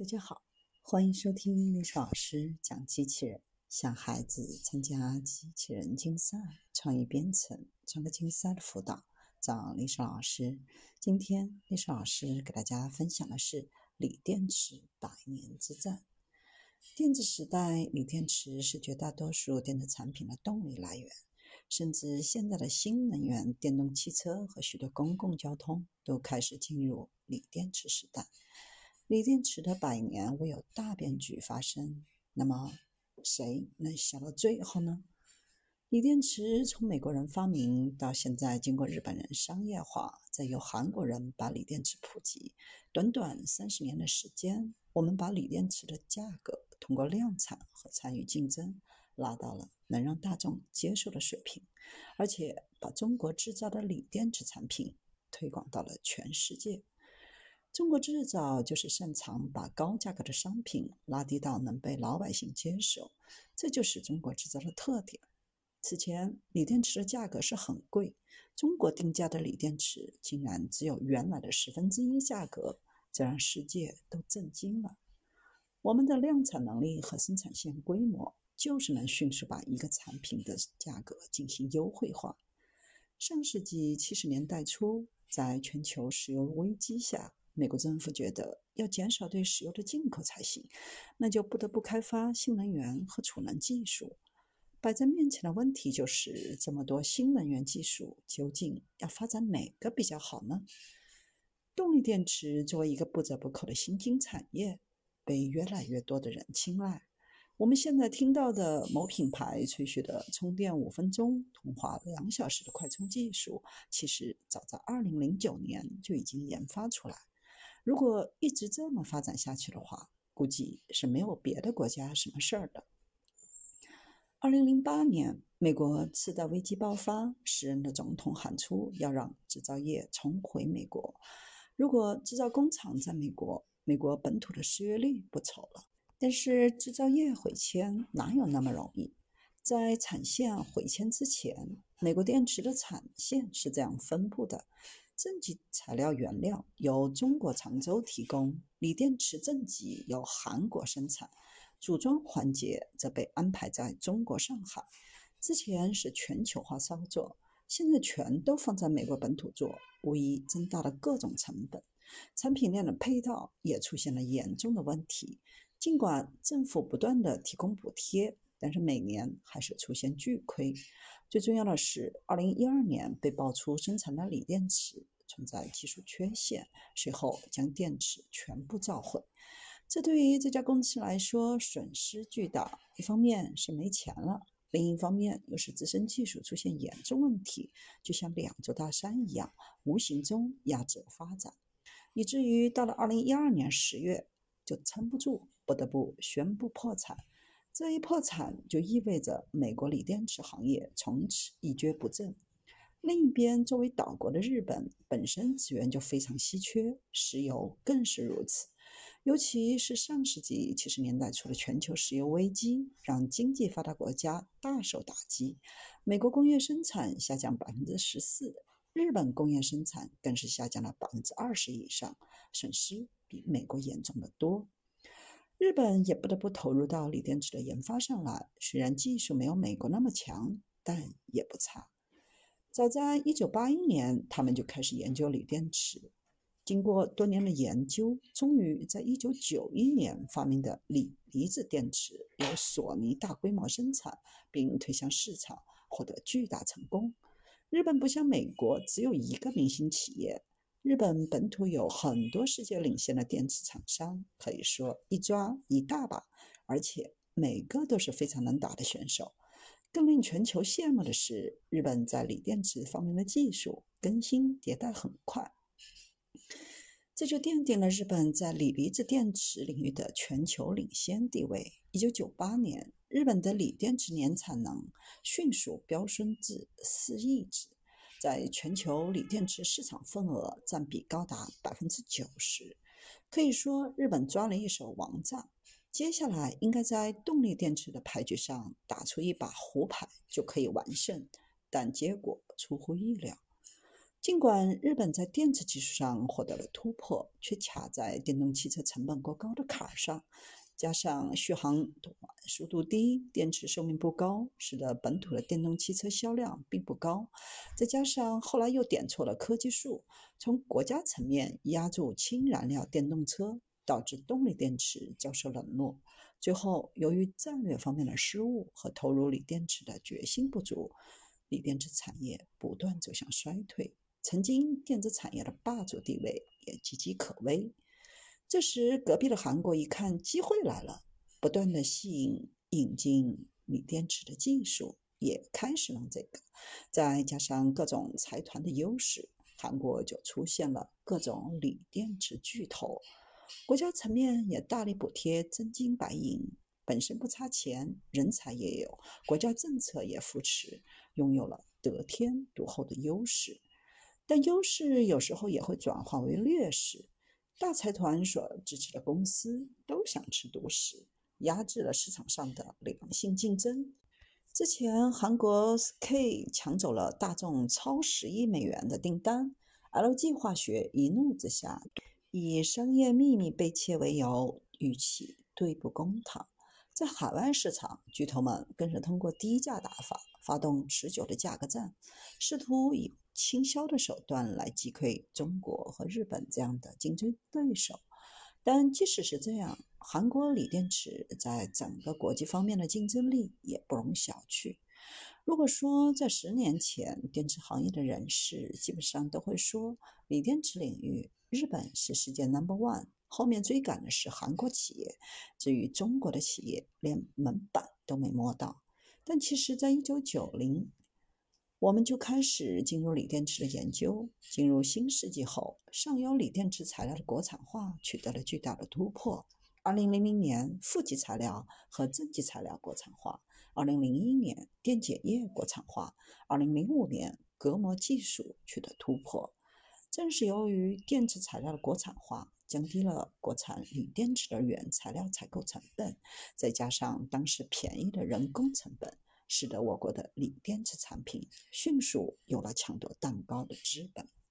大家好，欢迎收听历史老师讲机器人，向孩子参加机器人竞赛、创意编程、创客竞赛的辅导，找历史老师。今天历史老师给大家分享的是锂电池100年之战。电子时代，锂电池是绝大多数电子产品的动力来源，甚至现在的新能源电动汽车和许多公共交通都开始进入锂电池时代。锂电池的100年未有大变局发生，那么谁能笑到最后呢？锂电池从美国人发明到现在经过日本人商业化，再由韩国人把锂电池普及，短短30年的时间，我们把锂电池的价格通过量产和参与竞争拉到了能让大众接受的水平，而且把中国制造的锂电池产品推广到了全世界。中国制造就是擅长把高价格的商品拉低到能被老百姓接受，这就是中国制造的特点。此前，锂电池的价格是很贵，中国定价的锂电池竟然只有原来的1/10价格，这让世界都震惊了。我们的量产能力和生产线规模，就是能迅速把一个产品的价格进行优惠化。上世纪70年代初，在全球石油危机下，美国政府觉得要减少对石油的进口才行，那就不得不开发新能源和储能技术。摆在面前的问题就是，这么多新能源技术，究竟要发展哪个比较好呢？动力电池作为一个不折不扣的新兴产业，被越来越多的人青睐。我们现在听到的某品牌吹嘘的充电5分钟、通话2小时的快充技术，其实早在2009年就已经研发出来。如果一直这么发展下去的话，估计是没有别的国家什么事儿的。2008年，美国次贷危机爆发，时任的总统喊出要让制造业重回美国。如果制造工厂在美国，美国本土的失业率不愁了。但是制造业回迁哪有那么容易？在产线回迁之前，美国电池的产线是这样分布的：正极材料原料由中国常州提供，锂电池正极由韩国生产，组装环节则被安排在中国上海。之前是全球化操作，现在全都放在美国本土做，无疑增大了各种成本。产品链的配套也出现了严重的问题。尽管政府不断的提供补贴，但是每年还是出现巨亏。最重要的是，2012年被爆出生产的锂电池存在技术缺陷，随后将电池全部召回。这对于这家公司来说损失巨大，一方面是没钱了，另一方面又是自身技术出现严重问题，就像2座大山一样，无形中压制了发展，以至于到了2012年10月就撑不住，不得不宣布破产。这一破产就意味着美国锂电池行业从此一蹶不振。另一边，作为岛国的日本本身资源就非常稀缺，石油更是如此。尤其是上世纪70年代初的全球石油危机，让经济发达国家大受打击。美国工业生产下降14%，日本工业生产更是下降了20%以上，损失比美国严重得多。日本也不得不投入到锂电池的研发上来，虽然技术没有美国那么强，但也不差。早在1981年，他们就开始研究锂电池。经过多年的研究，终于在1991年发明的锂离子电池由索尼大规模生产，并推向市场，获得巨大成功。日本不像美国只有一个明星企业，日本本土有很多世界领先的电池厂商，可以说一抓一大把，而且每个都是非常能打的选手。更令全球羡慕的是，日本在锂电池方面的技术更新迭代很快，这就奠定了日本在锂离子电池领域的全球领先地位。1998年，日本的锂电池年产能迅速飙升至4亿只，在全球锂电池市场份额占比高达90%，可以说日本抓了一手王仗。接下来应该在动力电池的牌局上打出一把胡牌就可以完胜，但结果出乎意料。 尽管日本在电池技术上获得了突破，却卡在电动汽车成本过高的坎儿上，加上续航短、速度低、电池寿命不高，使得本土的电动汽车销量并不高。再加上后来又点错了科技树，从国家层面压住氢燃料电动车，导致动力电池遭受冷落。最后，由于战略方面的失误和投入锂电池的决心不足，锂电池产业不断走向衰退。曾经电子产业的霸主地位也岌岌可危。这时，隔壁的韩国一看机会来了，不断的引进锂电池的技术，也开始弄这个。再加上各种财团的优势，韩国就出现了各种锂电池巨头。国家层面也大力补贴真金白银，本身不差钱，人才也有，国家政策也扶持，拥有了得天独厚的优势。但优势有时候也会转化为劣势。大财团所支持的公司都想吃独食，压制了市场上的良性竞争。之前韩国 SK 抢走了大众超10亿美元的订单，LG 化学一怒之下，以商业秘密被窃为由，欲起对簿公堂。在海外市场，巨头们更是通过低价打法，发动持久的价格战，试图以倾销的手段来击溃中国和日本这样的竞争对手。但即使是这样，韩国锂电池在整个国际方面的竞争力也不容小觑。如果说在10年前，电池行业的人士基本上都会说，锂电池领域日本是世界 No.1，后面追赶的是韩国企业，至于中国的企业连门板都没摸到。但其实在1990，我们就开始进入锂电池的研究。进入新世纪后，上游锂电池材料的国产化取得了巨大的突破。2000年，负极材料和正极材料国产化；2001年，电解液国产化；2005年，隔膜技术取得突破。正是由于电池材料的国产化，降低了国产锂电池的原材料采购成本，再加上当时便宜的人工成本，使得我国的锂电池产品迅速有了抢夺蛋糕的资本。